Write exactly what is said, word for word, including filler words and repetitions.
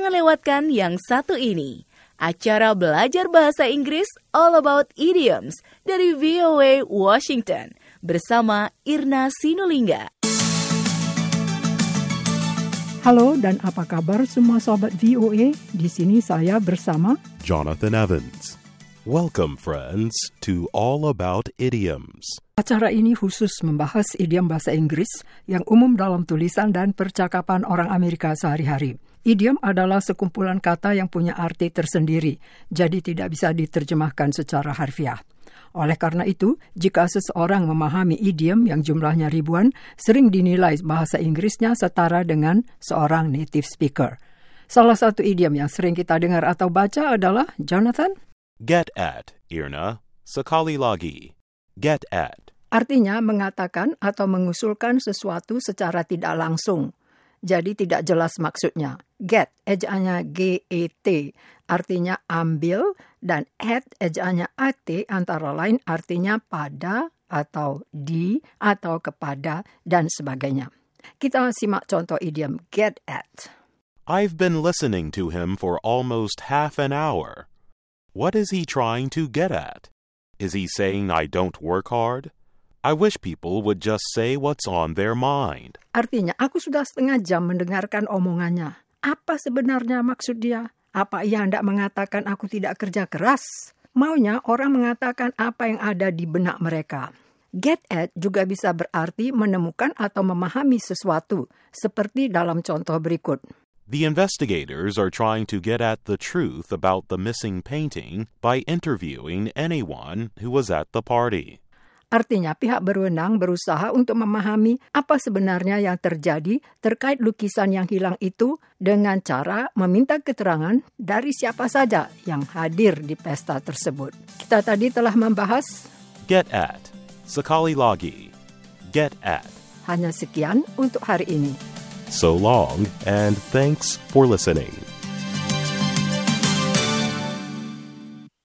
Jangan lewatkan yang satu ini. Acara belajar bahasa Inggris All About Idioms dari V O A Washington bersama Irna Sinulinga. Halo dan apa kabar semua sobat V O A? Di sini saya bersama Jonathan Evans. Welcome friends to All About Idioms. Acara ini khusus membahas idiom bahasa Inggris yang umum dalam tulisan dan percakapan orang Amerika sehari-hari. Idiom adalah sekumpulan kata yang punya arti tersendiri, jadi tidak bisa diterjemahkan secara harfiah. Oleh karena itu, jika seseorang memahami idiom yang jumlahnya ribuan, sering dinilai bahasa Inggrisnya setara dengan seorang native speaker. Salah satu idiom yang sering kita dengar atau baca adalah, Jonathan? Get at, Irna. Sekali lagi. Get at. Artinya mengatakan atau mengusulkan sesuatu secara tidak langsung. Jadi tidak jelas maksudnya. Get, ejaannya G E T, artinya ambil, dan at, ejaannya A T, antara lain artinya pada, atau di, atau kepada, dan sebagainya. Kita simak contoh idiom get at. I've been listening to him for almost half an hour. What is he trying to get at? Is he saying I don't work hard? I wish people would just say what's on their mind. Artinya, aku sudah setengah jam mendengarkan omongannya. Apa sebenarnya maksud dia? Apa ia hendak mengatakan aku tidak kerja keras? Maunya orang mengatakan apa yang ada di benak mereka. Get at juga bisa berarti menemukan atau memahami sesuatu, seperti dalam contoh berikut. The investigators are trying to get at the truth about the missing painting by interviewing anyone who was at the party. Artinya pihak berwenang berusaha untuk memahami apa sebenarnya yang terjadi terkait lukisan yang hilang itu dengan cara meminta keterangan dari siapa saja yang hadir di pesta tersebut. Kita tadi telah membahas Get at. Sekali lagi. Get at. Hanya sekian untuk hari ini. So long and thanks for listening.